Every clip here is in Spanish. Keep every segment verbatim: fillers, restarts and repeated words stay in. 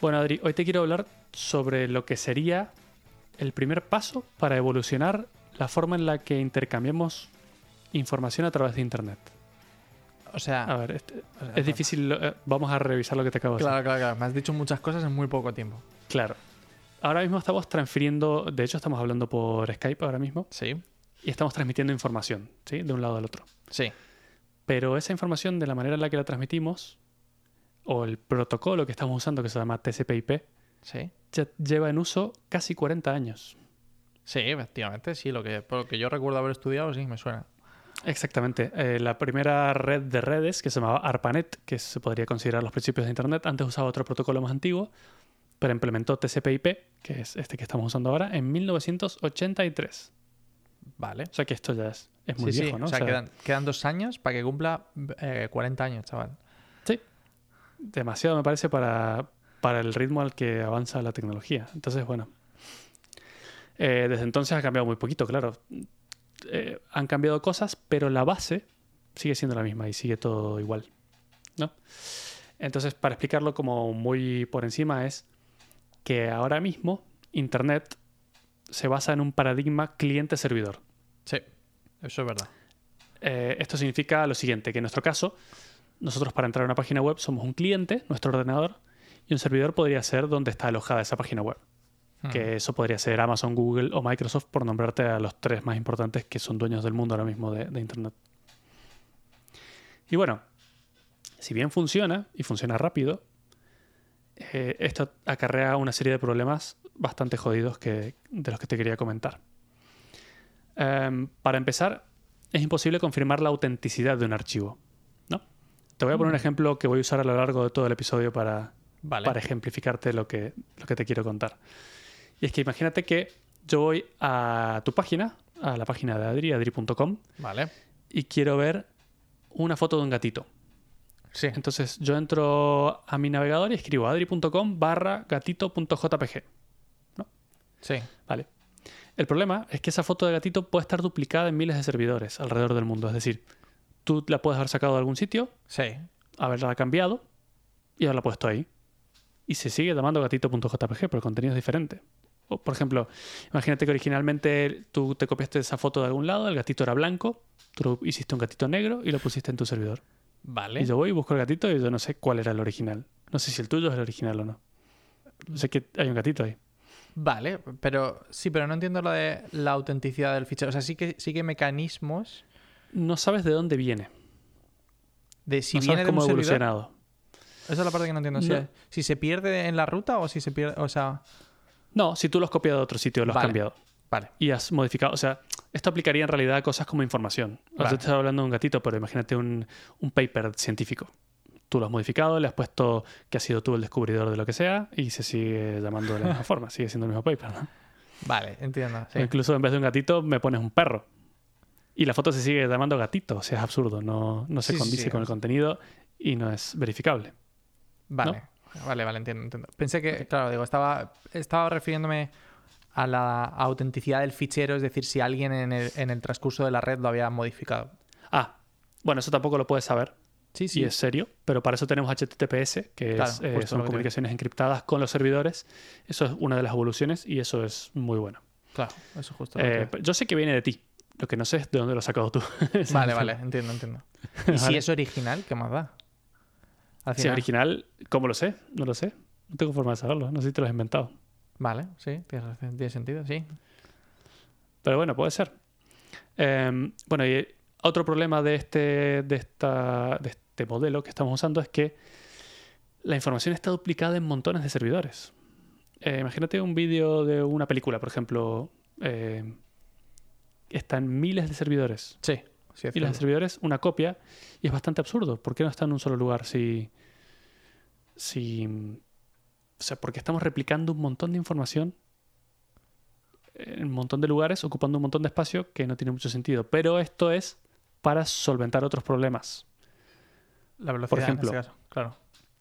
Bueno, Adri, hoy te quiero hablar sobre lo que sería el primer paso para evolucionar la forma en la que intercambiamos información a través de Internet. O sea... A ver, este, o sea, es difícil... eh, vamos a revisar lo que te acabo de decir. Claro, claro, claro. Me has dicho muchas cosas en muy poco tiempo. Claro. Ahora mismo estamos transfiriendo... De hecho, estamos hablando por Skype ahora mismo. Sí. Y estamos transmitiendo información, ¿sí? De un lado al otro. Sí. Pero esa información, de la manera en la que la transmitimos, o el protocolo que estamos usando, que se llama T C P I P, Sí. ya lleva en uso casi cuarenta años. Sí, efectivamente, sí. Lo que, por lo que yo recuerdo haber estudiado, sí, me suena. Exactamente. Eh, la primera red de redes, que se llamaba ARPANET, que se podría considerar los principios de Internet, antes usaba otro protocolo más antiguo, pero implementó T C P I P, que es este que estamos usando ahora, en mil novecientos ochenta y tres. Vale. O sea que esto ya es, es muy sí, viejo, sí. ¿no? O sea, quedan, quedan dos años para que cumpla eh, cuarenta años, chaval. Sí. Demasiado, me parece, para, para el ritmo al que avanza la tecnología. Entonces, bueno. Eh, desde entonces ha cambiado muy poquito, claro. Eh, han cambiado cosas, pero la base sigue siendo la misma y sigue todo igual, ¿no? Entonces, para explicarlo como muy por encima, es que ahora mismo Internet se basa en un paradigma cliente-servidor. Sí, eso es verdad. Eh, esto significa lo siguiente, que en nuestro caso, nosotros para entrar a una página web somos un cliente, nuestro ordenador, y un servidor podría ser donde está alojada esa página web. Hmm. Que eso podría ser Amazon, Google o Microsoft, por nombrarte a los tres más importantes que son dueños del mundo ahora mismo de, de Internet. Y bueno, si bien funciona, y funciona rápido, eh, esto acarrea una serie de problemas bastante jodidos que, de los que te quería comentar. Um, para empezar, es imposible confirmar la autenticidad de un archivo, ¿no? Te voy a poner un ejemplo que voy a usar a lo largo de todo el episodio para, Vale. para ejemplificarte lo que, lo que te quiero contar. Y es que imagínate que yo voy a tu página, a la página de Adri, adri punto com, Vale. y quiero ver una foto de un gatito. Sí. Entonces yo entro a mi navegador y escribo adri punto com barra gatito.jpg. ¿No? Sí. Vale. El problema es que esa foto de gatito puede estar duplicada en miles de servidores alrededor del mundo. Es decir, tú la puedes haber sacado de algún sitio, Sí. haberla cambiado y haberla puesto ahí. Y se sigue llamando gatito.jpg, pero el contenido es diferente. O, por ejemplo, imagínate que originalmente tú te copiaste esa foto de algún lado, el gatito era blanco, tú hiciste un gatito negro y lo pusiste en tu servidor. Vale. Y yo voy y busco el gatito y yo no sé cuál era el original. No sé si el tuyo es el original o no. Sé que hay un gatito ahí. Vale, pero sí, pero no entiendo lo de la autenticidad del fichero. O sea, sí que, sí que hay mecanismos No sabes de dónde viene. de si No viene sabes de un cómo ha servidor. evolucionado. Esa es la parte que no entiendo. Si, No. si se pierde en la ruta o si se pierde... O sea... No, si tú lo has copiado de otro sitio, lo has Vale. cambiado. Vale. Y has modificado. O sea, esto aplicaría en realidad a cosas como información. O sea, Vale. yo te estaba hablando de un gatito, pero imagínate un, un paper científico. Tú lo has modificado, le has puesto que has sido tú el descubridor de lo que sea y se sigue llamando de la misma forma. Sigue siendo el mismo paper, ¿no? Vale, entiendo. Sí. O incluso en vez de un gatito me pones un perro. Y la foto se sigue llamando gatito. O sea, es absurdo. No, no se Sí, sí, condice sí. con el contenido y no es verificable. Vale. Vale, vale, entiendo, entiendo. Pensé que, claro, digo, estaba, estaba refiriéndome a la autenticidad del fichero, es decir, si alguien en el, en el transcurso de la red lo había modificado. Ah, bueno, eso tampoco lo puedes saber. Sí, sí. Y es serio, pero para eso tenemos H T T P S, que Claro, es, eh, justo son lo que te comunicaciones encriptadas con los servidores. Eso es una de las evoluciones y eso es muy bueno. Claro, eso justo. lo Eh, que- yo sé que viene de ti, lo que no sé es de dónde lo has sacado tú. Vale, vale, entiendo, entiendo. Y si Vale. es original, ¿qué más da? Al Si es final- original, ¿cómo lo sé? No lo sé. No tengo forma de saberlo. No sé si te lo has inventado. Vale, sí, tiene, tiene sentido, sí. Pero bueno, puede ser. Eh, bueno, y otro problema de este, de, esta, de este modelo que estamos usando es que la información está duplicada en montones de servidores. Eh, imagínate un vídeo de una película, por ejemplo. Eh, está en miles de servidores. Sí, sí, es Miles de cierto. servidores, una copia, y es bastante absurdo. ¿Por qué no está en un solo lugar? Si, si, o sea, porque estamos replicando un montón de información en un montón de lugares, ocupando un montón de espacio que no tiene mucho sentido. Pero esto es para solventar otros problemas. La velocidad, Por ejemplo. en este caso, claro.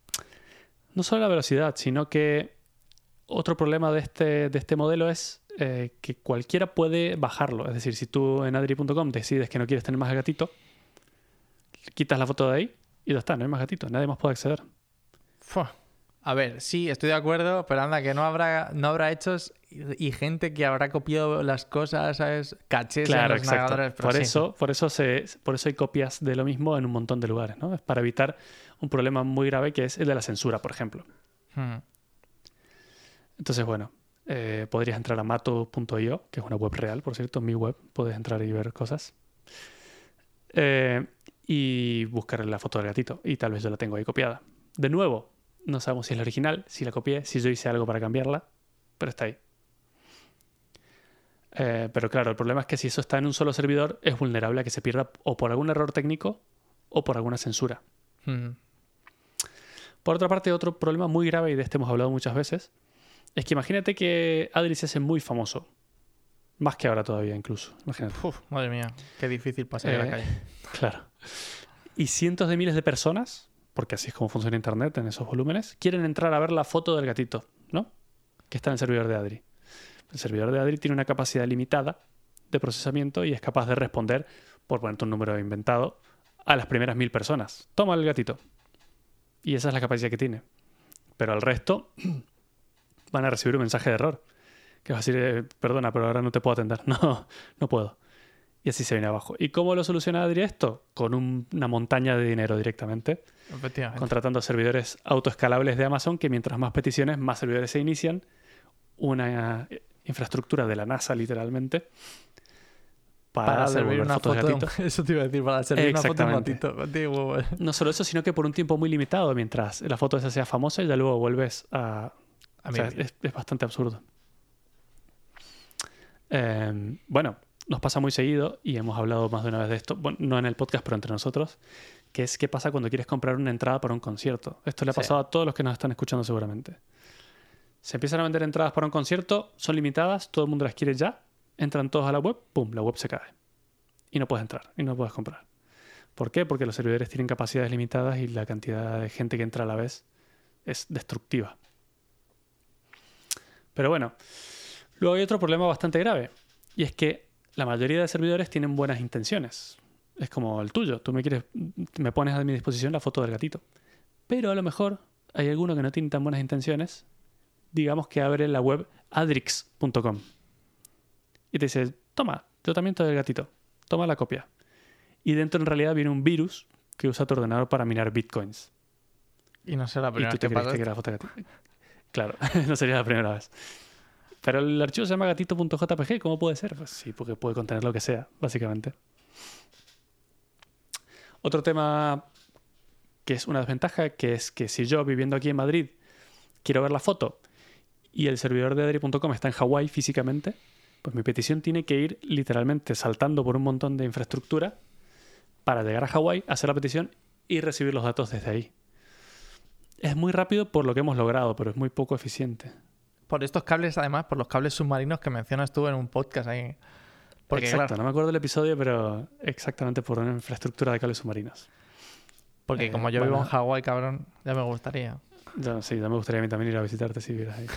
No solo la velocidad, sino que otro problema de este, de este modelo es eh, que cualquiera puede bajarlo. Es decir, si tú en adri punto com decides que no quieres tener más el gatito, quitas la foto de ahí y ya está, no hay más gatito, nadie más puede acceder. Fua. A ver, sí, estoy de acuerdo, pero anda, que no habrá, no habrá hechos y, y gente que habrá copiado las cosas, ¿sabes? Cachés Claro, en los exacto. navegadores. Pero Por sí, eso, por eso se, por eso hay copias de lo mismo en un montón de lugares, ¿no? Es para evitar un problema muy grave que es el de la censura, por ejemplo. Hmm. Entonces, bueno, eh, podrías entrar a mato punto io, que es una web real, por cierto, mi web, puedes entrar y ver cosas. Eh, y buscar la foto del gatito. Y tal vez yo la tengo ahí copiada. De nuevo, no sabemos si es la original, si la copié, si yo hice algo para cambiarla, pero está ahí. Eh, pero claro, el problema es que si eso está en un solo servidor, es vulnerable a que se pierda o por algún error técnico o por alguna censura. Hmm. Por otra parte, otro problema muy grave, y de este hemos hablado muchas veces, es que imagínate que Adri se hace muy famoso. Más que ahora todavía, incluso. Imagínate. Uf, madre mía, qué difícil pasar Eh, a la calle. Claro. Y cientos de miles de personas, porque así es como funciona Internet en esos volúmenes, quieren entrar a ver la foto del gatito, ¿no? Que está en el servidor de Adri. El servidor de Adri tiene una capacidad limitada de procesamiento y es capaz de responder, por ponerte un número inventado, a las primeras mil personas. Toma el gatito. Y esa es la capacidad que tiene. Pero al resto van a recibir un mensaje de error. Que va a decir, eh, perdona, pero ahora no te puedo atender. No, no puedo. Y así se viene abajo. ¿Y cómo lo soluciona Adri esto? Con un- una montaña de dinero directamente. Efectivamente. Contratando servidores autoescalables de Amazon que mientras más peticiones, más servidores se inician. Una eh, infraestructura de la NASA, literalmente. Para, Para servir devolver una fotos foto de de un, gatito. eso te iba a decir, para servir una foto de un Exactamente. gatito contigo. No solo eso, sino que por un tiempo muy limitado, mientras la foto esa sea famosa y ya luego vuelves a... A O mí, sea, es, es bastante absurdo. Eh, bueno, nos pasa muy seguido y hemos hablado más de una vez de esto, bueno, no en el podcast, pero entre nosotros, que es qué pasa cuando quieres comprar una entrada para un concierto. Esto le ha Sí. pasado a todos los que nos están escuchando seguramente. Se empiezan a vender entradas para un concierto, son limitadas, todo el mundo las quiere ya, entran todos a la web, ¡pum!, la web se cae. Y no puedes entrar, y no puedes comprar. ¿Por qué? Porque los servidores tienen capacidades limitadas y la cantidad de gente que entra a la vez es destructiva. Pero bueno, luego hay otro problema bastante grave, y es que la mayoría de servidores tienen buenas intenciones. Es como el tuyo, tú me quieres, me pones a mi disposición la foto del gatito. Pero a lo mejor hay alguno que no tiene tan buenas intenciones, digamos que abre la web adrix punto com y te dice, toma, yo también te doy el gatito, toma la copia. Y dentro en realidad viene un virus que usa tu ordenador para minar bitcoins. y no sé la Y primera tú vez te que pasa creíste que esto. era foto de gatito. Claro, no sería la primera vez. Pero el archivo se llama gatito punto j p g, ¿cómo puede ser? Pues sí, porque puede contener lo que sea, básicamente. Otro tema que es una desventaja, que es que si yo, viviendo aquí en Madrid, quiero ver la foto y el servidor de adri punto com está en Hawái físicamente, pues mi petición tiene que ir literalmente saltando por un montón de infraestructura para llegar a Hawái, hacer la petición y recibir los datos desde ahí. Es muy rápido por lo que hemos logrado, pero es muy poco eficiente. Por estos cables, además, por los cables submarinos que mencionas tú en un podcast ahí. Porque, Exacto, claro, no me acuerdo del episodio, pero exactamente por una infraestructura de cables submarinos. porque Eh, como yo van vivo a- en Hawái, cabrón, ya me gustaría. Ya, sí, ya me gustaría a mí también ir a visitarte si vieras ahí.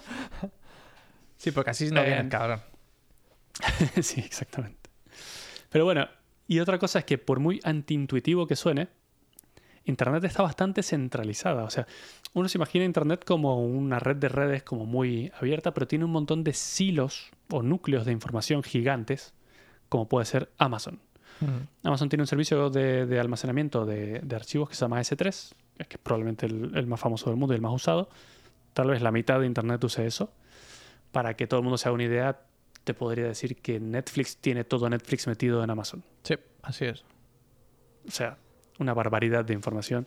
Sí, porque así no Eh, vienen, cabrón. Sí, exactamente. Pero bueno, y otra cosa es que por muy antiintuitivo que suene, Internet está bastante centralizada. O sea, uno se imagina Internet como una red de redes como muy abierta, pero tiene un montón de silos o núcleos de información gigantes, como puede ser Amazon. Mm. Amazon tiene un servicio de, de almacenamiento de, de archivos que se llama ese tres, que es probablemente el, el más famoso del mundo y el más usado. Tal vez la mitad de Internet use eso. Para que todo el mundo se haga una idea, te podría decir que Netflix tiene todo Netflix metido en Amazon. Sí, así es. O sea, una barbaridad de información.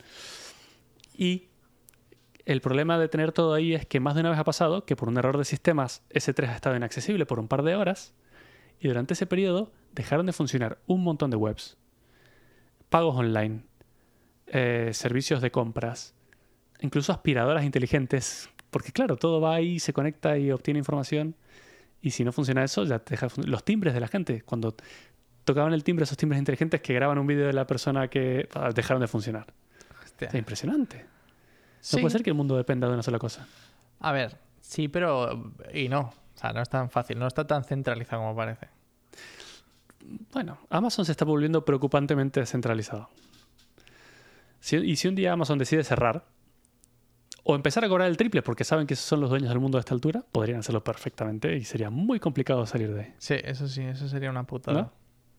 Y el problema de tener todo ahí es que más de una vez ha pasado que por un error de sistemas ese tres ha estado inaccesible por un par de horas y durante ese periodo dejaron de funcionar un montón de webs, pagos online, eh, servicios de compras, incluso aspiradoras inteligentes, porque claro, todo va ahí, se conecta y obtiene información y si no funciona eso ya te deja fun- los timbres de la gente, cuando tocaban el timbre esos timbres inteligentes que graban un vídeo de la persona que ah, dejaron de funcionar. Hostia. Es impresionante. No Sí. puede ser que el mundo dependa de una sola cosa. A ver, sí, pero... Y no. O sea, no es tan fácil. No está tan centralizado como parece. Bueno, Amazon se está volviendo preocupantemente descentralizado. Si- y si un día Amazon decide cerrar o empezar a cobrar el triple porque saben que son los dueños del mundo a esta altura, podrían hacerlo perfectamente y sería muy complicado salir de ahí. Sí, eso sí, eso sería una putada. ¿No?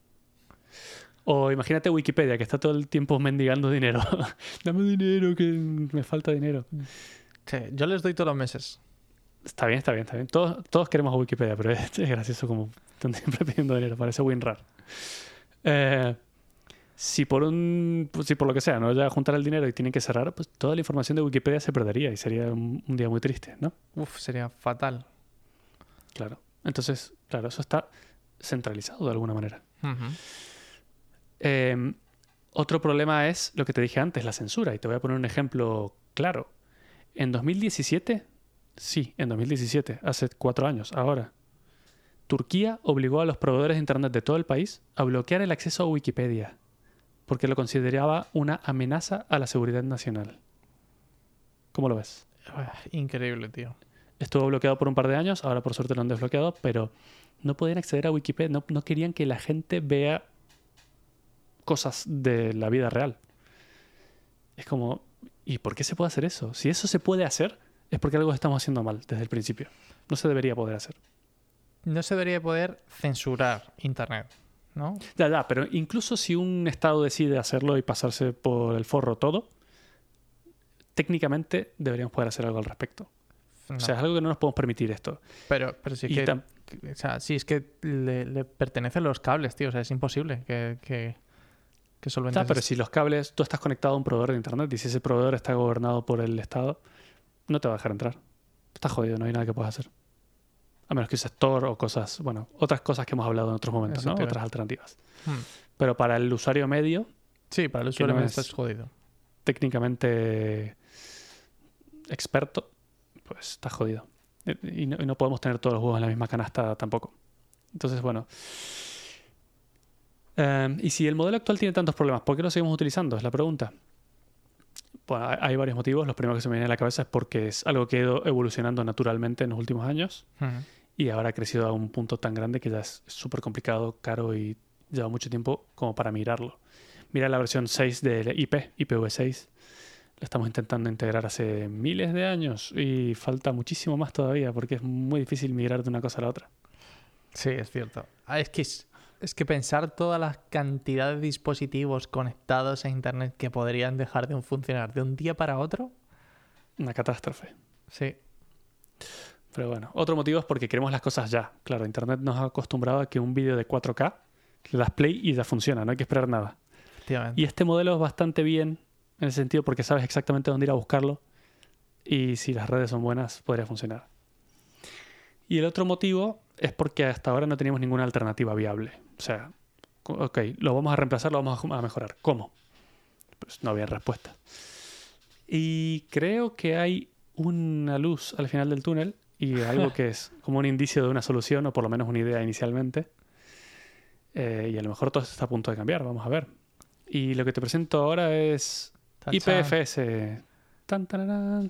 O imagínate Wikipedia, que está todo el tiempo mendigando dinero. Dame dinero, que me falta dinero. Sí, yo les doy todos los meses. Está bien, está bien, está bien. Todos, todos queremos a Wikipedia, pero es, es gracioso como están siempre pidiendo dinero. Parece WinRAR. Eh, si por un si por lo que sea no llega a juntar el dinero y tienen que cerrar, pues toda la información de Wikipedia se perdería y sería un, un día muy triste, ¿no? Uf, sería fatal. Claro. Entonces, claro, eso está centralizado de alguna manera. Uh-huh. Eh, otro problema es lo que te dije antes, la censura. Y te voy a poner un ejemplo claro. En dos mil diecisiete, sí, en dos mil diecisiete, hace cuatro años, ahora, Turquía obligó a los proveedores de Internet de todo el país a bloquear el acceso a Wikipedia porque lo consideraba una amenaza a la seguridad nacional. ¿Cómo lo ves? Increíble, tío. Estuvo bloqueado por un par de años, ahora por suerte lo han desbloqueado, pero no podían acceder a Wikipedia, no, no querían que la gente vea cosas de la vida real. Es como, ¿y por qué se puede hacer eso? Si eso se puede hacer, es porque algo estamos haciendo mal desde el principio. No se debería poder hacer. No se debería poder censurar Internet, ¿no? Ya, ya, pero incluso si un estado decide hacerlo y pasarse por el forro todo, técnicamente deberíamos poder hacer algo al respecto. No. O sea, es algo que no nos podemos permitir esto. Pero, pero sí Y que... tam- O sea, sí, es que le, le pertenecen los cables, tío. O sea, es imposible que, que, que solventes Ya, pero esto. si los cables, tú estás conectado a un proveedor de internet y si ese proveedor está gobernado por el Estado, no te va a dejar entrar. Estás jodido, no hay nada que puedas hacer. A menos que uses Tor o cosas, bueno, otras cosas que hemos hablado en otros momentos, Eso ¿no? te iba. Otras alternativas. Hmm. Pero para el usuario medio, Sí, para el usuario no medio es- estás jodido. técnicamente experto, pues estás jodido. Y no, y no podemos tener todos los huevos en la misma canasta tampoco. Entonces, bueno. Eh, y si el modelo actual tiene tantos problemas, ¿por qué lo seguimos utilizando? Es la pregunta. Bueno, hay- hay varios motivos. Los primeros que se me vienen a la cabeza es porque es algo que ha ido evolucionando naturalmente en los últimos años Ujú. y ahora ha crecido a un punto tan grande que ya es súper complicado, caro y lleva mucho tiempo como para migrarlo. Mira la versión seis de I P, I P v seis. La estamos intentando integrar hace miles de años y falta muchísimo más todavía porque es muy difícil migrar de una cosa a la otra. Sí, es cierto. Ah, es que es, es que pensar toda la cantidad de dispositivos conectados a Internet que podrían dejar de funcionar de un día para otro. Una catástrofe. Sí. Pero bueno, otro motivo es porque queremos las cosas ya. Claro, Internet nos ha acostumbrado a que un vídeo de cuatro K le das play y ya funciona, no hay que esperar nada. Efectivamente. Y este modelo es bastante bien en ese sentido porque sabes exactamente dónde ir a buscarlo y si las redes son buenas podría funcionar. Y el otro motivo es porque hasta ahora no teníamos ninguna alternativa viable. O sea, ok, lo vamos a reemplazar, lo vamos a mejorar. ¿Cómo? Pues no había respuesta. Y creo que hay una luz al final del túnel y algo que es como un indicio de una solución o por lo menos una idea inicialmente. Eh, y a lo mejor todo esto está a punto de cambiar, vamos a ver. Y lo que te presento ahora es Tachán. I P F S. Tan, tararán.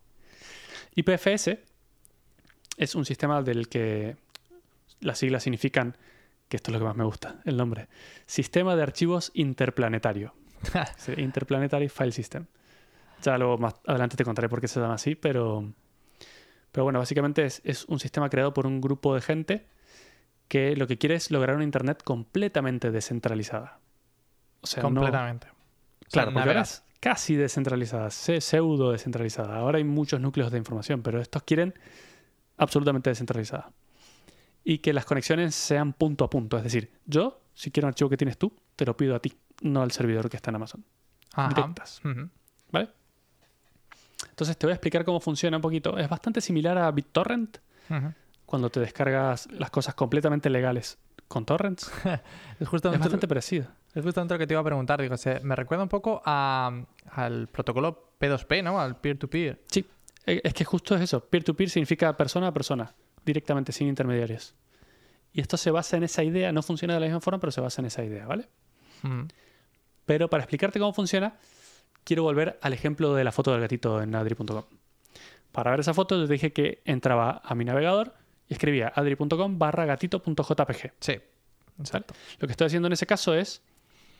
I P F S es un sistema del que las siglas significan, que esto es lo que más me gusta, el nombre, Sistema de Archivos Interplanetario. Sí, Interplanetary File System. Ya luego más adelante te contaré por qué se llama así, pero, pero bueno, básicamente es, es un sistema creado por un grupo de gente que lo que quiere es lograr una Internet completamente descentralizada. O sea, no- Completamente. O sea, Claro, porque ahora navegar. es casi descentralizada, se- pseudo descentralizada. Ahora hay muchos núcleos de información, pero estos quieren absolutamente descentralizada. Y que las conexiones sean punto a punto. Es decir, yo, si quiero un archivo que tienes tú, te lo pido a ti, no al servidor que está en Amazon. Ajá. Directas. Ujú. ¿Vale? Entonces te voy a explicar cómo funciona un poquito. Es bastante similar a BitTorrent, Ujú. cuando te descargas las cosas completamente legales con torrents. Es Es justamente, bastante parecido. es justamente lo que te iba a preguntar. Digo, se- me recuerda un poco a, al protocolo P dos P, ¿no? Al peer-to-peer. Sí, eh, es que justo es eso. Peer-to-peer significa persona a persona, directamente, sin intermediarios. Y esto se basa en esa idea, no funciona de la misma forma, pero se basa en esa idea, ¿vale? Ujú. Pero para explicarte cómo funciona, quiero volver al ejemplo de la foto del gatito en adri punto com. Para ver esa foto, yo te dije que entraba a mi navegador y escribía adri punto com barra gatito punto jpg. Sí. ¿Sale? Lo que estoy haciendo en ese caso es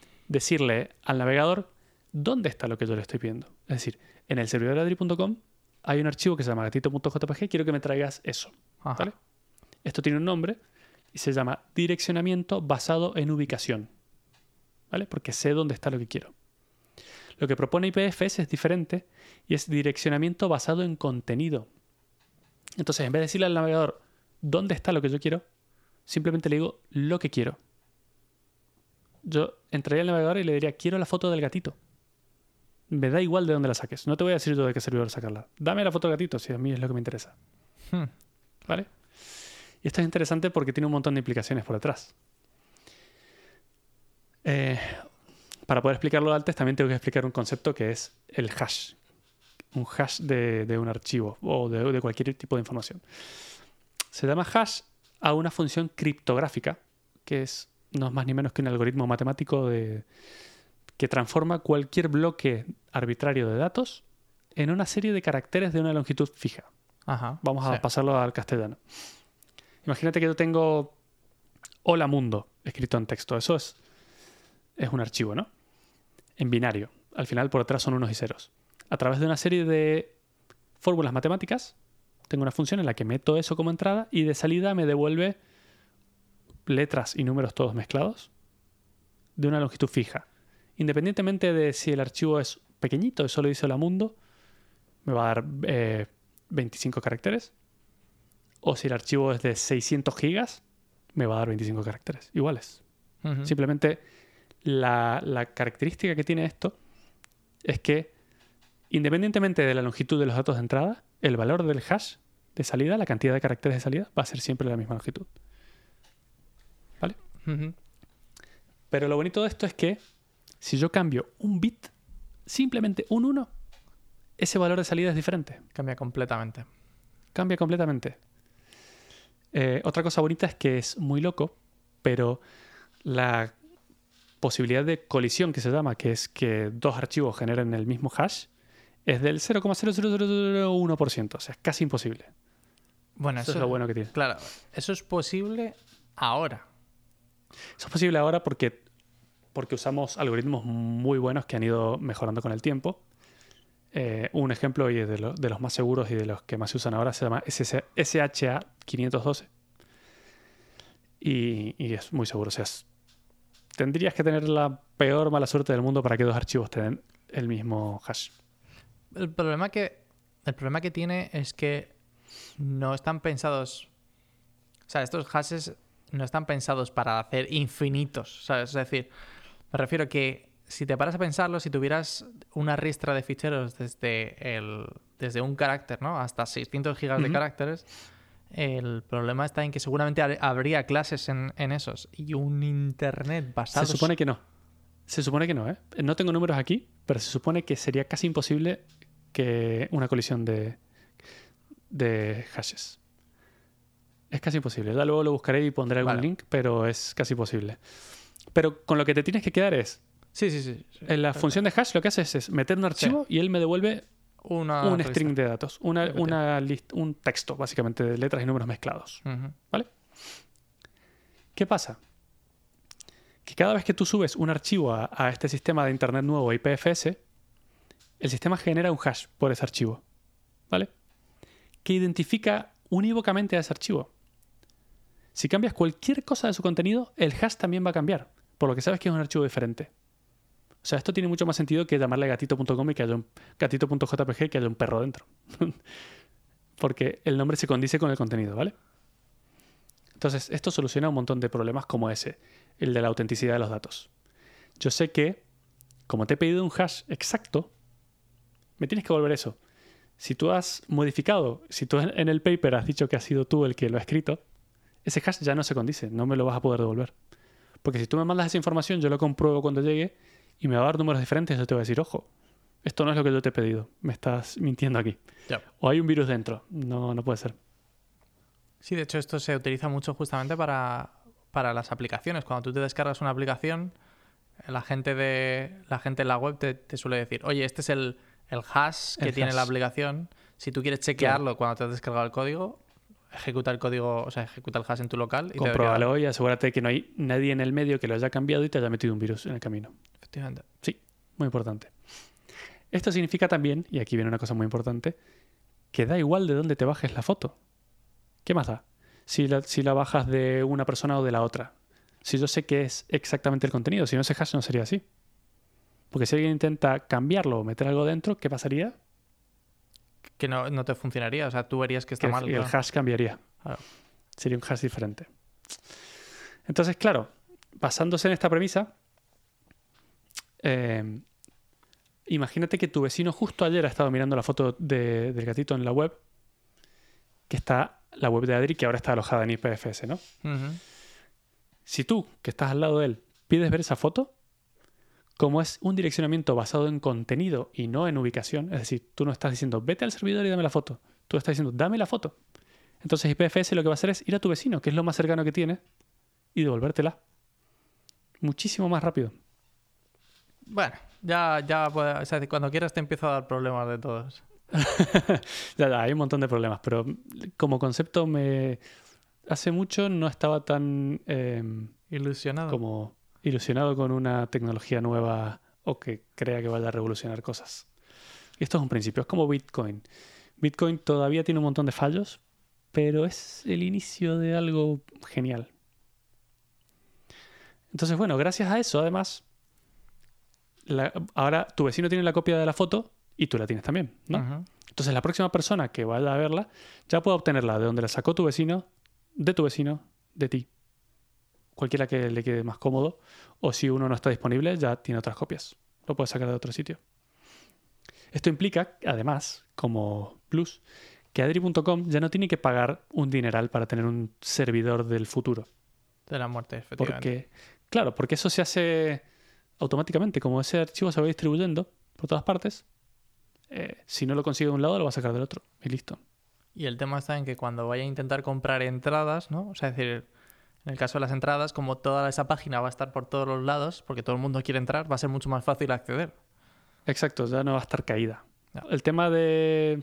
decirle al navegador dónde está lo que yo le estoy pidiendo. Es decir, en el servidor de adri punto com hay un archivo que se llama gatito.jpg, quiero que me traigas eso. Ajá. ¿Vale? Esto tiene un nombre y se llama direccionamiento basado en ubicación. ¿Vale? Porque sé dónde está lo que quiero. Lo que propone I P F S es diferente y es direccionamiento basado en contenido. Entonces, en vez de decirle al navegador dónde está lo que yo quiero, simplemente le digo lo que quiero. Yo entraría al navegador y le diría, quiero la foto del gatito. Me da igual de dónde la saques. No te voy a decir yo de qué servidor sacarla. Dame la foto del gatito, si a mí es lo que me interesa. Hmm. ¿Vale? Y esto es interesante porque tiene un montón de implicaciones por detrás. Eh, para poder explicarlo antes, también tengo que explicar un concepto que es el hash. Un hash de, de un archivo o de, de cualquier tipo de información. Se llama hash a una función criptográfica, que es no es más ni menos que un algoritmo matemático de, que transforma cualquier bloque arbitrario de datos en una serie de caracteres de una longitud fija. Ajá, Vamos a sí. pasarlo al castellano. Imagínate que yo tengo hola mundo escrito en texto. Eso es, es un archivo, ¿no? En binario. Al final por detrás son unos y ceros. A través de una serie de fórmulas matemáticas, tengo una función en la que meto eso como entrada y de salida me devuelve letras y números todos mezclados de una longitud fija. Independientemente de si el archivo es pequeñito y solo dice hola mundo, me va a dar eh, veinticinco caracteres. O si el archivo es de seiscientos gigas, me va a dar veinticinco caracteres iguales. Uh-huh. Simplemente la, la característica que tiene esto es que independientemente de la longitud de los datos de entrada, el valor del hash de salida, la cantidad de caracteres de salida, va a ser siempre la misma longitud. ¿Vale? Uh-huh. Pero lo bonito de esto es que si yo cambio un bit, simplemente un uno, ese valor de salida es diferente. Cambia completamente. Cambia completamente. Eh, otra cosa bonita es que es muy loco, pero la posibilidad de colisión que se llama, que es que dos archivos generen el mismo hash, es del cero coma cero cero cero cero uno por ciento. O sea, es casi imposible. Bueno, Eso, eso es lo bueno que tiene. Claro, eso es posible ahora. Eso es posible ahora porque, porque usamos algoritmos muy buenos que han ido mejorando con el tiempo. Eh, un ejemplo y de, lo, de los más seguros y de los que más se usan ahora se llama S H A quinientos doce. Y, y es muy seguro. O sea, es, tendrías que tener la peor mala suerte del mundo para que dos archivos te den el mismo hash. El problema que, el problema que tiene es que no están pensados... O sea, estos hashes no están pensados para hacer infinitos, ¿sabes? Es decir, me refiero que si te paras a pensarlo, si tuvieras una ristra de ficheros desde, el, desde un carácter, ¿no? Hasta seiscientos gigas Uh-huh. de caracteres, el problema está en que seguramente habría clases en, en esos y un internet basado... Se supone que no. Se supone que no, ¿eh? No tengo números aquí, pero se supone que sería casi imposible que una colisión de, de hashes. Es casi imposible. Ya luego lo buscaré y pondré algún Vale. link, pero es casi imposible. Pero con lo que te tienes que quedar es... Sí, sí, sí. sí. En la función de hash lo que haces es meter un archivo y él me devuelve Una un ristra. string de datos. Una, Efectivamente. una list, un texto, básicamente, de letras y números mezclados. Ujú. ¿Vale? ¿Qué pasa? Que cada vez que tú subes un archivo a, a este sistema de Internet nuevo I P F S, el sistema genera un hash por ese archivo. ¿Vale? Que identifica unívocamente a ese archivo. Si cambias cualquier cosa de su contenido, el hash también va a cambiar, por lo que sabes que es un archivo diferente. O sea, esto tiene mucho más sentido que llamarle gatito punto com y que haya un gatito punto j p g y que haya un perro dentro. Porque el nombre se condice con el contenido, ¿vale? Entonces, esto soluciona un montón de problemas como ese, el de la autenticidad de los datos. Yo sé que, como te he pedido un hash exacto, me tienes que volver eso. Si tú has modificado, si tú en el paper has dicho que has sido tú el que lo ha escrito, ese hash ya no se condice, no me lo vas a poder devolver. Porque si tú me mandas esa información, yo lo compruebo cuando llegue y me va a dar números diferentes, yo te voy a decir, ojo, esto no es lo que yo te he pedido, me estás mintiendo aquí. Yep. O hay un virus dentro, no, no puede ser. Sí, de hecho esto se utiliza mucho justamente para, para las aplicaciones. Cuando tú te descargas una aplicación, la gente de la gente en la web te, te suele decir, oye, este es el, el hash que El tiene hash. la aplicación. Si tú quieres chequearlo cuando te has descargado el código, ejecuta el código, o sea, ejecuta el hash en tu local y te Compruébalo debería- y asegúrate que no hay nadie en el medio que lo haya cambiado y te haya metido un virus en el camino. Efectivamente. Sí, muy importante. Esto significa también, y aquí viene una cosa muy importante, que da igual de dónde te bajes la foto. ¿Qué más da? Si la, si la bajas de una persona o de la otra. Si yo sé que es exactamente el contenido, si no ese hash no sería así. Porque si alguien intenta cambiarlo o meter algo dentro, ¿qué pasaría? Que no, no te funcionaría. O sea, tú verías que está Que mal. el, el Claro. hash cambiaría. Claro. Sería un hash diferente. Entonces, claro, basándose en esta premisa, eh, imagínate que tu vecino justo ayer ha estado mirando la foto de- del gatito en la web, que está la web de Adri, que ahora está alojada en I P F S, ¿no? Ujú. Si tú, que estás al lado de él, pides ver esa foto, como es un direccionamiento basado en contenido y no en ubicación, es decir, tú no estás diciendo vete al servidor y dame la foto, tú estás diciendo dame la foto. Entonces I P F S lo que va a hacer es ir a tu vecino, que es lo más cercano que tiene, y devolvértela. Muchísimo más rápido. Bueno, ya, ya puede- o sea, cuando quieras te empiezo a dar problemas de todos. Ya, ya, hay un montón de problemas, pero como concepto me... Hace mucho no estaba tan eh, Ilusionado. como ilusionado con una tecnología nueva o que crea que vaya a revolucionar cosas. Y esto es un principio, es como Bitcoin. Bitcoin todavía tiene un montón de fallos, pero es el inicio de algo genial. Entonces, bueno, gracias a eso, además, la- ahora tu vecino tiene la copia de la foto y tú la tienes también, ¿no? Ujú. Entonces la próxima persona que vaya a verla ya puede obtenerla de donde la sacó tu vecino, de tu vecino, de ti. Cualquiera que le quede más cómodo. O si uno no está disponible, ya tiene otras copias. Lo puede sacar de otro sitio. Esto implica, además, como plus, que Adri punto com ya no tiene que pagar un dineral para tener un servidor del futuro. De la muerte, efectivamente. Porque, claro, porque eso se hace automáticamente. Como ese archivo se va distribuyendo por todas partes, eh, si no lo consigue de un lado, lo va a sacar del otro. Y listo. Y el tema está en que cuando vaya a intentar comprar entradas, ¿no? O sea, es decir, en el caso de las entradas, como toda esa página va a estar por todos los lados, porque todo el mundo quiere entrar, va a ser mucho más fácil acceder. Exacto, ya no va a estar caída. No. El tema de,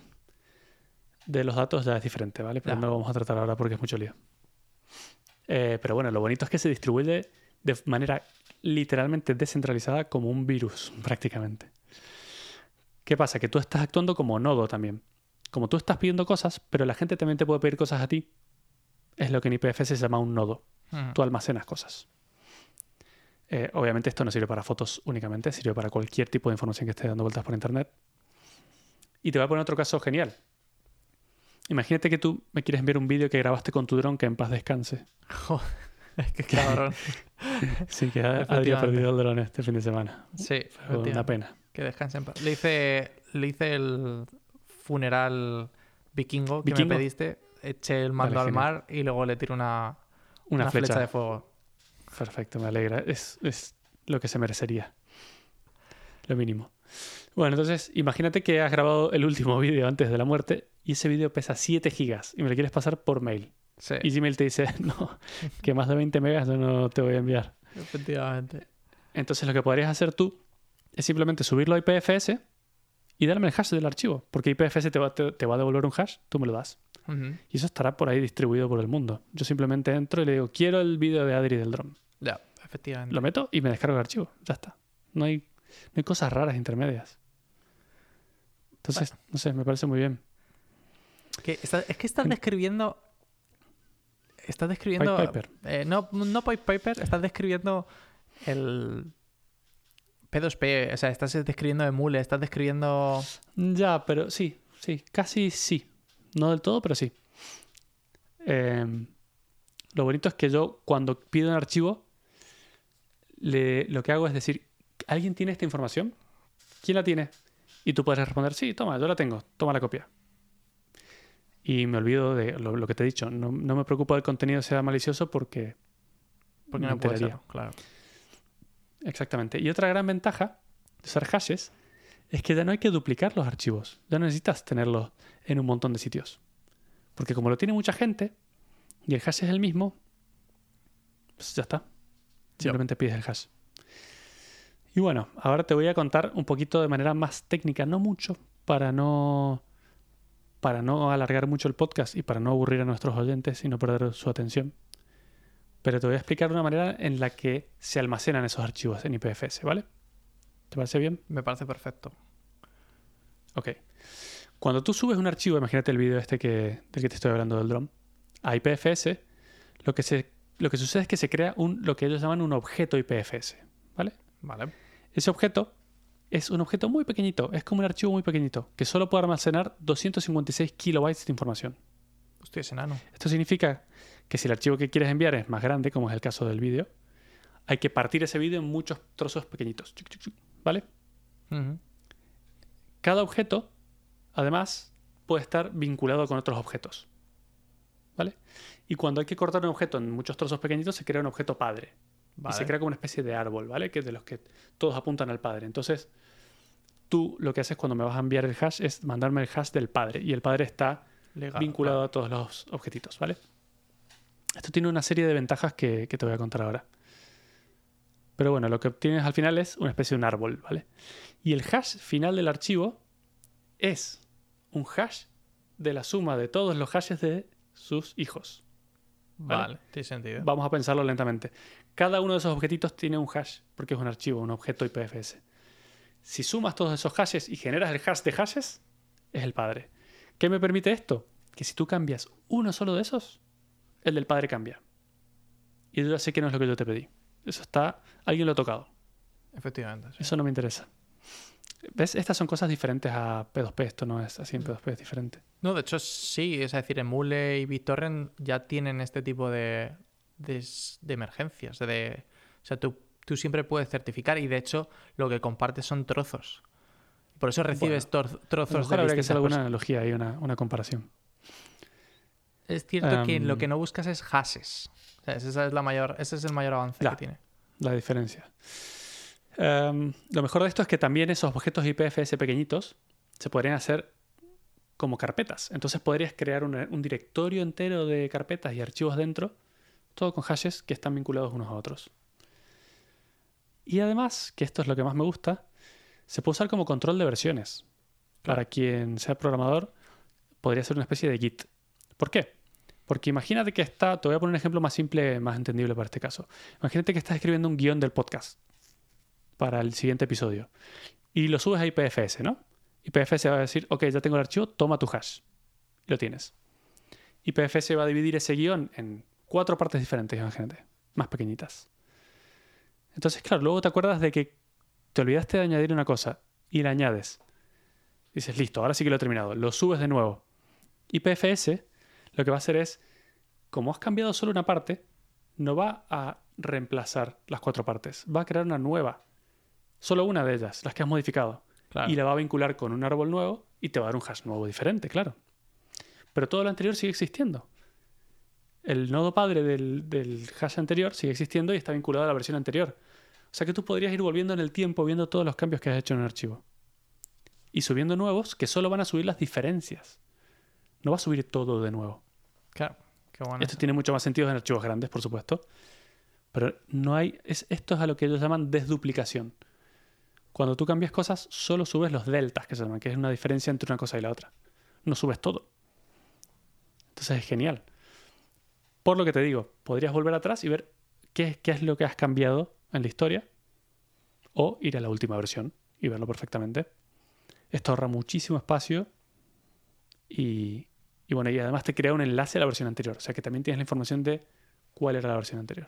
de los datos ya es diferente, ¿vale? Pero Ya. no lo vamos a tratar ahora porque es mucho lío. Eh, pero bueno, lo bonito es que se distribuye de manera literalmente descentralizada como un virus, prácticamente. ¿Qué pasa? Que tú estás actuando como nodo también. Como tú estás pidiendo cosas, pero la gente también te puede pedir cosas a ti. Es lo que en I P F S se llama un nodo. Ujú. Tú almacenas cosas. Eh, obviamente esto no sirve para fotos únicamente, sirve para cualquier tipo de información que esté dando vueltas por internet. Y te voy a poner otro caso genial. Imagínate que tú me quieres enviar un vídeo que grabaste con tu dron, que en paz descanse. Joder, es que cabrón. Sí, que Adri ha Efectivamente. perdido el dron este fin de semana. Sí, Fue una efectivamente. pena. Que descanse en paz. Le hice, le hice el funeral vikingo que ¿Vikingo? me pediste. Eché el mando Vale, al genial. mar y luego le tiro una, Una, una flecha. flecha de fuego. Perfecto, me alegra. Es, es lo que se merecería. Lo mínimo. Bueno, entonces imagínate que has grabado el último vídeo antes de la muerte y ese vídeo pesa siete gigas y me lo quieres pasar por mail. Sí, Y Gmail te dice, no, que más de veinte megas yo no te voy a enviar. efectivamente. Entonces lo que podrías hacer tú es simplemente subirlo a I P F S y darme el hash del archivo, porque I P F S te va, te, te va a devolver un hash, tú me lo das. Ujú. Y eso estará por ahí distribuido por el mundo. Yo simplemente entro y le digo, quiero el vídeo de Adri del dron. Ya, efectivamente. Lo meto y me descargo el archivo. Ya está. No hay, no hay cosas raras intermedias. Entonces, no sé, me parece muy bien. Que está- es que estás En- describiendo. Estás describiendo. Pied Piper. eh, no, no Pied Piper, estás describiendo el. P dos P, o sea, estás describiendo Emule, estás describiendo. Ya, pero sí, sí, casi sí. No del todo, pero sí. Eh, lo bonito es que yo, cuando pido un archivo, le- lo que hago es decir, ¿alguien tiene esta información? ¿Quién la tiene? Y tú puedes responder, sí, toma, yo la tengo, toma la copia. Y me olvido de lo, lo que te he dicho. No, no me preocupa el contenido sea malicioso porque Porque me no puede enteraría. ser, claro. Exactamente. Y otra gran ventaja de usar hashes es que ya no hay que duplicar los archivos. Ya no necesitas tenerlos en un montón de sitios. Porque como lo tiene mucha gente y el hash es el mismo, pues ya está. Simplemente pides el hash. Y bueno, ahora te voy a contar un poquito de manera más técnica, no mucho, para no, para no alargar mucho el podcast y para no aburrir a nuestros oyentes y no perder su atención. Pero te voy a explicar una manera en la que se almacenan esos archivos en I P F S, ¿vale? ¿Te parece bien? Me parece perfecto. Ok. Cuando tú subes un archivo, imagínate el vídeo este que, del que te estoy hablando del drone, a I P F S, lo que, se, lo que sucede es que se crea un, lo que ellos llaman un objeto I P F S, ¿vale? Vale. Ese objeto es un objeto muy pequeñito, es como un archivo muy pequeñito, que solo puede almacenar doscientos cincuenta y seis kilobytes de información. Hostia, es enano. Esto significa que si el archivo que quieres enviar es más grande, como es el caso del vídeo, hay que partir ese vídeo en muchos trozos pequeñitos, ¿vale? Uh-huh. Cada objeto, además, puede estar vinculado con otros objetos, ¿vale? Y cuando hay que cortar un objeto en muchos trozos pequeñitos, se crea un objeto padre. Vale. Y se crea como una especie de árbol, ¿vale? Que es de los que todos apuntan al padre. Entonces, tú lo que haces cuando me vas a enviar el hash es mandarme el hash del padre. Y el padre está Legal, vinculado vale. a todos los objetitos, ¿vale? Esto tiene una serie de ventajas que, que te voy a contar ahora. Pero bueno, lo que obtienes al final es una especie de un árbol, ¿vale? Y el hash final del archivo es un hash de la suma de todos los hashes de sus hijos. Vale, Vale. tiene sentido. Vamos a pensarlo lentamente. Cada uno de esos objetitos tiene un hash, porque es un archivo, un objeto I P F S. Si sumas todos esos hashes y generas el hash de hashes, es el padre. ¿Qué me permite esto? Que si tú cambias uno solo de esos, el del padre cambia. Y yo ya sé que no es lo que yo te pedí. Eso está... Alguien lo ha tocado. Efectivamente. Sí. Eso no me interesa. ¿Ves? Estas son cosas diferentes a P dos P. Esto no es así en P dos P, es diferente. No, de hecho sí. Es decir, Emule y BitTorrent ya tienen este tipo de, de, de emergencias. De, o sea, tú, tú siempre puedes certificar y de hecho lo que compartes son trozos. Por eso recibes Bueno, tor- A trozos lo mejor de habría que hacer distintas alguna cosas. analogía y una, una comparación. Es cierto que Um, lo que no buscas es hashes. O sea, esa es la mayor, ese es el mayor avance Ya. que tiene. La diferencia. Um, lo mejor de esto es que también esos objetos I P F S pequeñitos se podrían hacer como carpetas. Entonces podrías crear un, un directorio entero de carpetas y archivos dentro, todo con hashes que están vinculados unos a otros. Y además, que esto es lo que más me gusta, se puede usar como control de versiones. Claro. Para quien sea programador, podría ser una especie de Git. ¿Por qué? Porque imagínate que está, te voy a poner un ejemplo más simple, más entendible para este caso. Imagínate que estás escribiendo un guión del podcast para el siguiente episodio y lo subes a I P F S, ¿no? I P F S va a decir, ok, ya tengo el archivo, toma tu hash. Y lo tienes. I P F S va a dividir ese guión en cuatro partes diferentes, imagínate, más pequeñitas. Entonces, claro, luego te acuerdas de que te olvidaste de añadir una cosa y la añades. Dices, listo, ahora sí que lo he terminado. Lo subes de nuevo. I P F S lo que va a hacer es, como has cambiado solo una parte, no va a reemplazar las cuatro partes. Va a crear una nueva. Solo una de ellas, las que has modificado. Claro. Y la va a vincular con un árbol nuevo y te va a dar un hash nuevo diferente, claro. Pero todo lo anterior sigue existiendo. El nodo padre del, del hash anterior sigue existiendo y está vinculado a la versión anterior. O sea que tú podrías ir volviendo en el tiempo viendo todos los cambios que has hecho en un archivo. Y subiendo nuevos que solo van a subir las diferencias. No va a subir todo de nuevo. Claro, qué bueno. Esto eso. tiene mucho más sentido en archivos grandes, por supuesto. Pero no hay. Es, esto es a lo que ellos llaman desduplicación. Cuando tú cambias cosas, solo subes los deltas, que se llaman, que es una diferencia entre una cosa y la otra. No subes todo. Entonces es genial. Por lo que te digo, podrías volver atrás y ver qué, qué es lo que has cambiado en la historia. O ir a la última versión y verlo perfectamente. Esto ahorra muchísimo espacio. Y, y bueno, y además te crea un enlace a la versión anterior. O sea que también tienes la información de cuál era la versión anterior.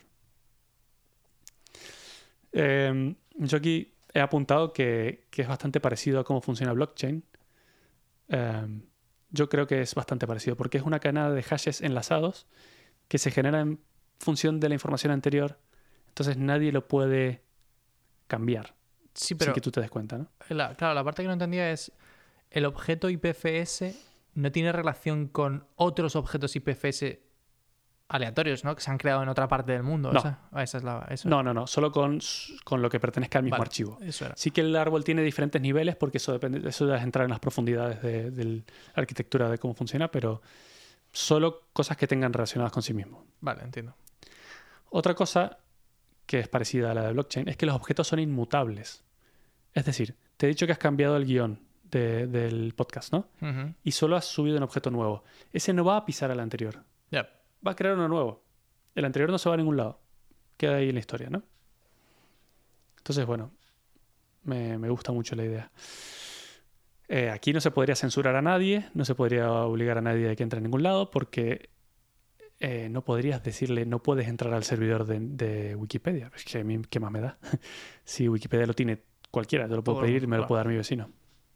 Eh, yo aquí he apuntado que, que es bastante parecido a cómo funciona blockchain. Eh, yo creo que es bastante parecido porque es una cadena de hashes enlazados que se genera en función de la información anterior. Entonces nadie lo puede cambiar Sí, pero sin que tú te des cuenta, ¿no? la- claro, la parte que no entendía es el objeto I P F S no tiene relación con otros objetos I P F S aleatorios, ¿no? Que se han creado en otra parte del mundo. No. Esa, ah, esa es la. Eso. No, no, no. Solo con, con lo que pertenezca al mismo Vale, archivo. Eso era. Sí que el árbol tiene diferentes niveles porque eso depende, eso ya es entrar en las profundidades de, de la arquitectura de cómo funciona, pero solo cosas que tengan relacionadas con sí mismo. Vale, entiendo. Otra cosa que es parecida a la de blockchain es que los objetos son inmutables. Es decir, te he dicho que has cambiado el guión de- del podcast, ¿no? Ujú. Y solo has subido un objeto nuevo. Ese no va a pisar al anterior. Ya. Va a crear uno nuevo. El anterior no se va a ningún lado. Queda ahí en la historia, ¿no? Entonces, bueno, me, me gusta mucho la idea. Eh, aquí no se podría censurar a nadie, no se podría obligar a nadie a que entre a ningún lado, porque eh, no podrías decirle no puedes entrar al servidor de, de Wikipedia. Es que a mí, ¿qué más me da? Si Wikipedia lo tiene cualquiera, yo lo puedo Todo el pedir y mundo, me lo claro. puede dar mi vecino.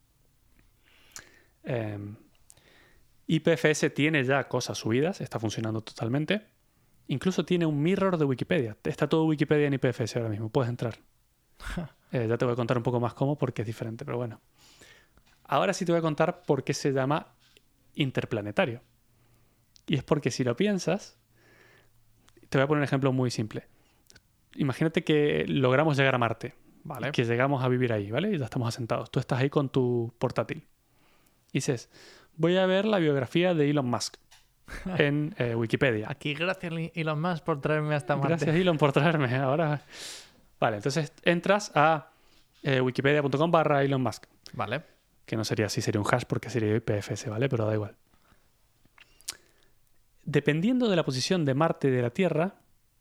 Eh, I P F S tiene ya cosas subidas, está funcionando totalmente. Incluso tiene un mirror de Wikipedia. Está todo Wikipedia en I P F S ahora mismo, puedes entrar. Eh, ya te voy a contar un poco más cómo, porque es diferente, pero bueno. Ahora sí te voy a contar por qué se llama interplanetario. Y es porque si lo piensas, te voy a poner un ejemplo muy simple. Imagínate que logramos llegar a Marte, Vale. y que llegamos a vivir ahí, ¿vale? Y ya estamos asentados. Tú estás ahí con tu portátil. Y dices, voy a ver la biografía de Elon Musk en eh, Wikipedia. Aquí, gracias Elon Musk por traerme hasta Marte. Gracias, Elon, por traerme. Ahora... Vale, entonces entras a eh, wikipedia.com barra Elon Musk. Vale. Que no sería así, sería un hash porque sería I P F S, ¿vale? Pero da igual. Dependiendo de la posición de Marte y de la Tierra,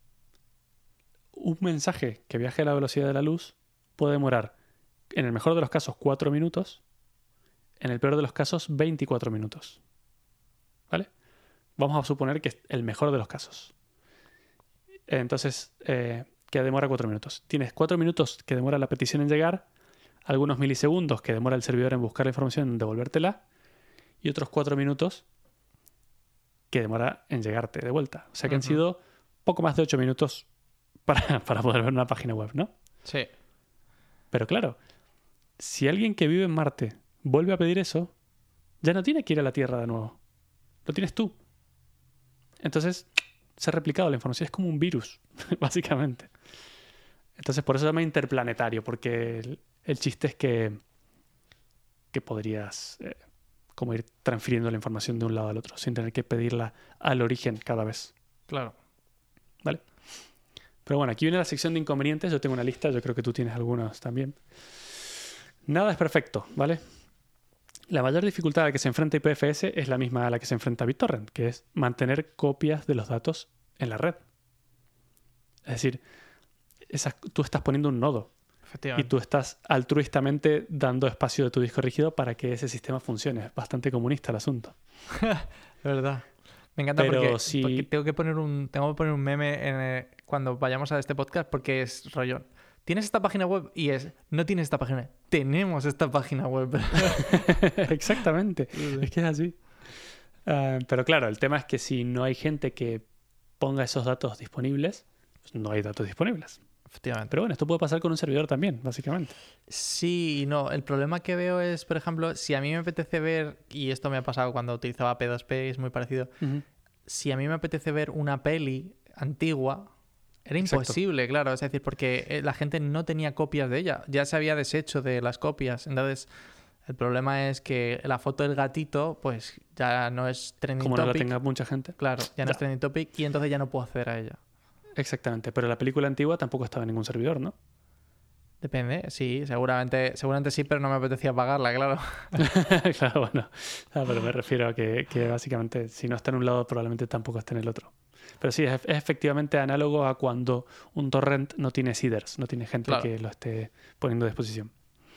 un mensaje que viaje a la velocidad de la luz puede demorar, en el mejor de los casos, cuatro minutos, en el peor de los casos, veinticuatro minutos. ¿Vale? Vamos a suponer que es el mejor de los casos. Entonces, eh, que demora cuatro minutos. Tienes cuatro minutos que demora la petición en llegar, algunos milisegundos que demora el servidor en buscar la información y en devolvértela, y otros cuatro minutos que demora en llegarte de vuelta. O sea que uh-huh. han sido poco más de ocho minutos para, para poder ver una página web, ¿no? Sí. Pero claro, si alguien que vive en Marte vuelve a pedir eso, ya no tiene que ir a la Tierra de nuevo. Lo tienes tú. Entonces, se ha replicado la información. Es como un virus, básicamente. Entonces, por eso se llama interplanetario, porque el, el chiste es que, que podrías eh, como ir transfiriendo la información de un lado al otro, sin tener que pedirla al origen cada vez. Claro. ¿Vale? Pero bueno, aquí viene la sección de inconvenientes. Yo tengo una lista, yo creo que tú tienes algunos también. Nada es perfecto, ¿vale? La mayor dificultad a la que se enfrenta I P F S es la misma a la que se enfrenta BitTorrent, que es mantener copias de los datos en la red. Es decir, esas, tú estás poniendo un nodo y tú estás altruistamente dando espacio de tu disco rígido para que ese sistema funcione. Es bastante comunista el asunto. Verdad. Me encanta Pero porque, si... porque tengo que poner un tengo que poner un meme en el, cuando vayamos a este podcast, porque es rollo. ¿Tienes esta página web? Y es, no tienes esta página. Tenemos esta página web. Exactamente. Sí. Es que es así. Uh, pero claro, el tema es que si no hay gente que ponga esos datos disponibles, pues no hay datos disponibles. Efectivamente. Pero bueno, esto puede pasar con un servidor también, básicamente. Sí y no. El problema que veo es, por ejemplo, si a mí me apetece ver, y esto me ha pasado cuando utilizaba P dos P, es muy parecido, uh-huh. si a mí me apetece ver una peli antigua... Era imposible, Exacto. claro, es decir, porque la gente no tenía copias de ella, ya se había deshecho de las copias, entonces el problema es que la foto del gatito pues ya no es trending Como topic. Como no la tenga mucha gente. Claro, ya no ya. es trending topic y entonces ya no puedo acceder a ella. Exactamente, pero la película antigua tampoco estaba en ningún servidor, ¿no? Depende, sí, seguramente seguramente sí, pero no me apetecía pagarla, claro. Claro, bueno, no, pero me refiero a que, que básicamente si no está en un lado probablemente tampoco está en el otro. Pero sí, es, es efectivamente análogo a cuando un torrent no tiene seeders, no tiene gente claro. que lo esté poniendo a disposición.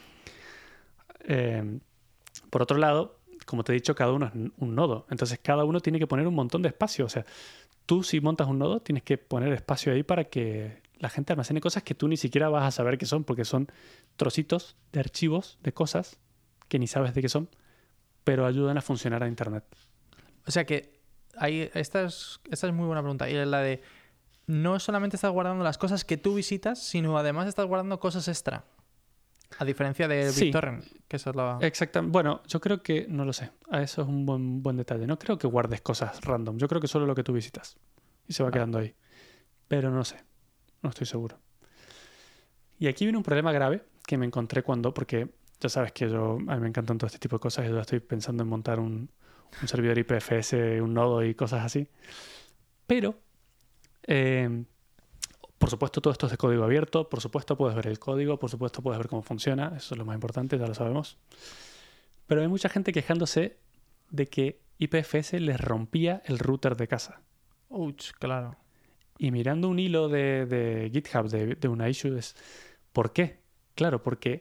Eh, por otro lado, como te he dicho, cada uno es un nodo. Entonces cada uno tiene que poner un montón de espacio. O sea, tú si montas un nodo tienes que poner espacio ahí para que la gente almacene cosas que tú ni siquiera vas a saber qué son, porque son trocitos de archivos de cosas que ni sabes de qué son, pero ayudan a funcionar a Internet. O sea que Ahí, esta, es, esta es muy buena pregunta. Y es la de, no solamente estás guardando las cosas que tú visitas, sino además estás guardando cosas extra. A diferencia de sí, BitTorrent, que eso es lo... Exactamente. Bueno, yo creo que, no lo sé. Eso es un buen, buen detalle. No creo que guardes cosas random. Yo creo que solo lo que tú visitas. Y se va vale. quedando ahí. Pero no sé. No estoy seguro. Y aquí viene un problema grave que me encontré cuando... Porque ya sabes que yo a mí me encantan todo este tipo de cosas y yo estoy pensando en montar un... un servidor I P F S, un nodo y cosas así. Pero, eh, por supuesto, todo esto es de código abierto. Por supuesto, puedes ver el código. Por supuesto, puedes ver cómo funciona. Eso es lo más importante, ya lo sabemos. Pero hay mucha gente quejándose de que I P F S les rompía el router de casa. Uch, claro. Y mirando un hilo de, de GitHub, de, de una issue, es ¿por qué? Claro, porque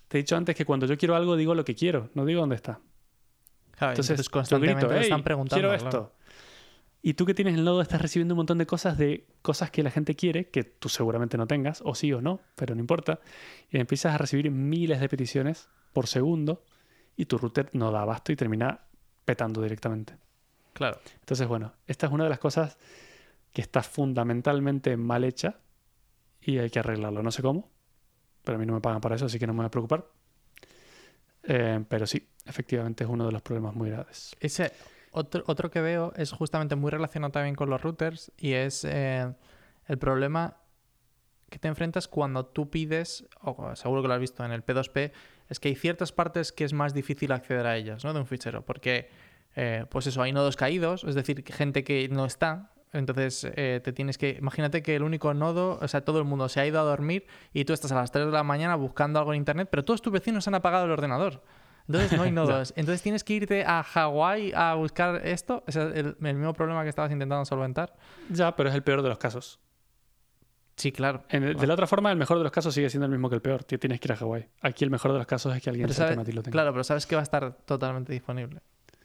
Te he dicho antes que cuando yo quiero algo digo lo que quiero, no digo dónde está. Claro, Entonces, entonces yo constantemente grito, te "Hey, están preguntando. quiero claro. esto". Y tú que tienes el nodo estás recibiendo un montón de cosas de cosas que la gente quiere, que tú seguramente no tengas, o sí o no, pero no importa. Y empiezas a recibir miles de peticiones por segundo y tu router no da abasto y termina petando directamente. Claro. Entonces, bueno, esta es una de las cosas que está fundamentalmente mal hecha y hay que arreglarlo. No sé cómo, pero a mí no me pagan para eso, así que no me voy a preocupar. Eh, pero sí, efectivamente es uno de los problemas muy graves. Ese otro, otro que veo es justamente muy relacionado también con los routers y es eh, el problema que te enfrentas cuando tú pides, o seguro que lo has visto en el P dos P, es que hay ciertas partes que es más difícil acceder a ellas, ¿no? De un fichero, porque eh, pues eso, hay nodos caídos, es decir, que gente que no está. Entonces eh, te tienes que... Imagínate que el único nodo, o sea, todo el mundo se ha ido a dormir y tú estás a las tres de la mañana buscando algo en internet, pero todos tus vecinos han apagado el ordenador. Entonces no hay nodos. Entonces tienes que irte a Hawái a buscar esto. O sea, el, el mismo problema que estabas intentando solventar. Ya, pero es el peor de los casos. Sí, claro. En el- claro. De la otra forma, el mejor de los casos sigue siendo el mismo que el peor. Tú tienes que ir a Hawái. Aquí el mejor de los casos es que alguien Pero cercano sabes- a ti lo tenga. claro, pero sabes que va a estar totalmente disponible.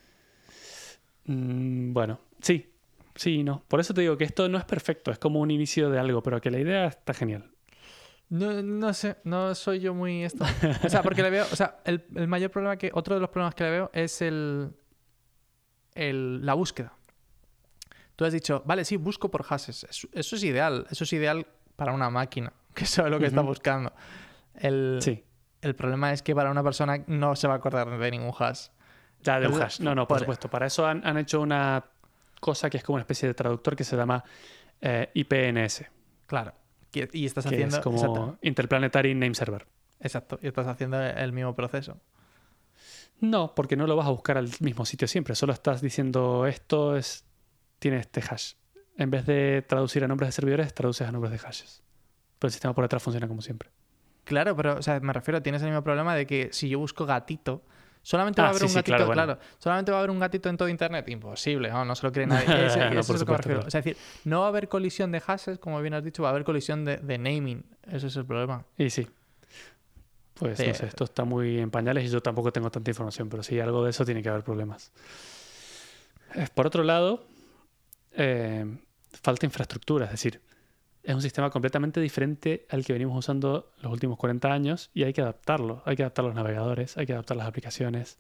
Mm, bueno, sí. Sí y no. Por eso te digo que esto no es perfecto. Es como un inicio de algo, pero que la idea está genial. No, no sé, no soy yo muy esto. O sea, porque le veo, o sea, el, el mayor problema que, otro de los problemas que le veo es el, el la búsqueda. Tú has dicho, vale, sí, busco por hashes. Eso, eso es ideal, eso es ideal para una máquina que sabe lo que está Ujú. buscando. El, Sí. el problema es que para una persona no se va a acordar de ningún hash. Ya, de un Pero- hash. No, no, por por- supuesto. Para eso han, han hecho una cosa que es como una especie de traductor que se llama eh, I P N S, Claro. Que- Y estás que haciendo. es como Exacto, Interplanetary Name Server. exacto. Y estás haciendo el mismo proceso. No, porque no lo vas a buscar al mismo sitio siempre. Solo estás diciendo esto es tiene este hash. En vez de traducir a nombres de servidores, traduces a nombres de hashes. Pero el sistema por detrás funciona como siempre. Claro, pero o sea, me refiero, tienes el mismo problema de que si yo busco gatito, solamente Ah, va a haber sí, un sí, gatito, claro, claro, bueno. solamente va a haber un gatito en todo internet. Imposible, no, no se lo cree nadie. Ese- No, eso por es lo que me supuesto, refiero. claro. O sea, es decir, no va a haber colisión de hashes, como bien has dicho, va a haber colisión de, de naming. Ese es el problema. Y sí. Pues Sí. no sé, esto está muy en pañales y yo tampoco tengo tanta información, pero sí, algo de eso tiene que haber problemas. Eh, Por otro lado, eh, falta infraestructura, es decir, es un sistema completamente diferente al que venimos usando los últimos cuarenta años y hay que adaptarlo. Hay que adaptar los navegadores, hay que adaptar las aplicaciones.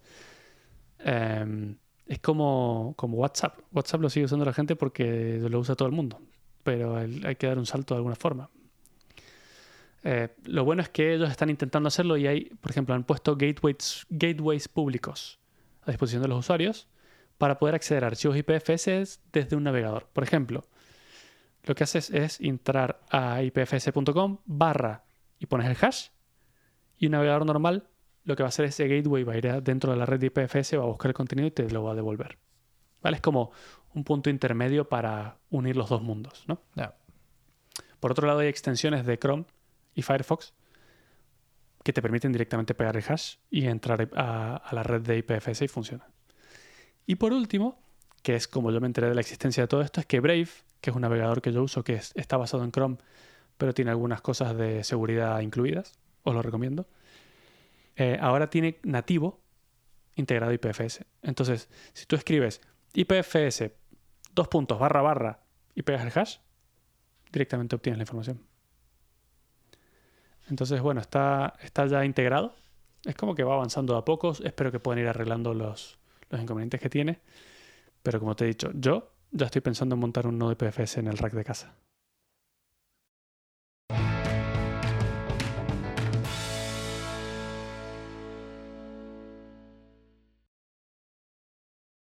Eh, es como, como WhatsApp. WhatsApp lo sigue usando la gente porque lo usa todo el mundo, pero el- hay que dar un salto de alguna forma. Eh, lo bueno es que ellos están intentando hacerlo y hay, por ejemplo, han puesto gateways, gateways públicos a disposición de los usuarios para poder acceder a archivos I P F S desde un navegador. Por ejemplo, lo que haces es entrar a ipfs punto com barra y pones el hash y un navegador normal lo que va a hacer es ese gateway va a ir dentro de la red de I P F S, va a buscar el contenido y te lo va a devolver. ¿Vale? Es como un punto intermedio para unir los dos mundos, ¿no? Ya. Por otro lado, hay extensiones de Chrome y Firefox que te permiten directamente pegar el hash y entrar a, a la red de I P F S y funciona. Y por último, que es como yo me enteré de la existencia de todo esto, es que Brave, que es un navegador que yo uso que es- está basado en Chrome, pero tiene algunas cosas de seguridad incluidas, os lo recomiendo, eh, ahora tiene nativo integrado I P F S. Entonces, si tú escribes I P F S dos puntos barra barra y pegas el hash, directamente obtienes la información. Entonces, bueno, está, está ya integrado. Es como que va avanzando a pocos. Espero que puedan ir arreglando los, los inconvenientes que tiene. Pero como te he dicho, yo ya estoy pensando en montar un nodo I P F S en el rack de casa.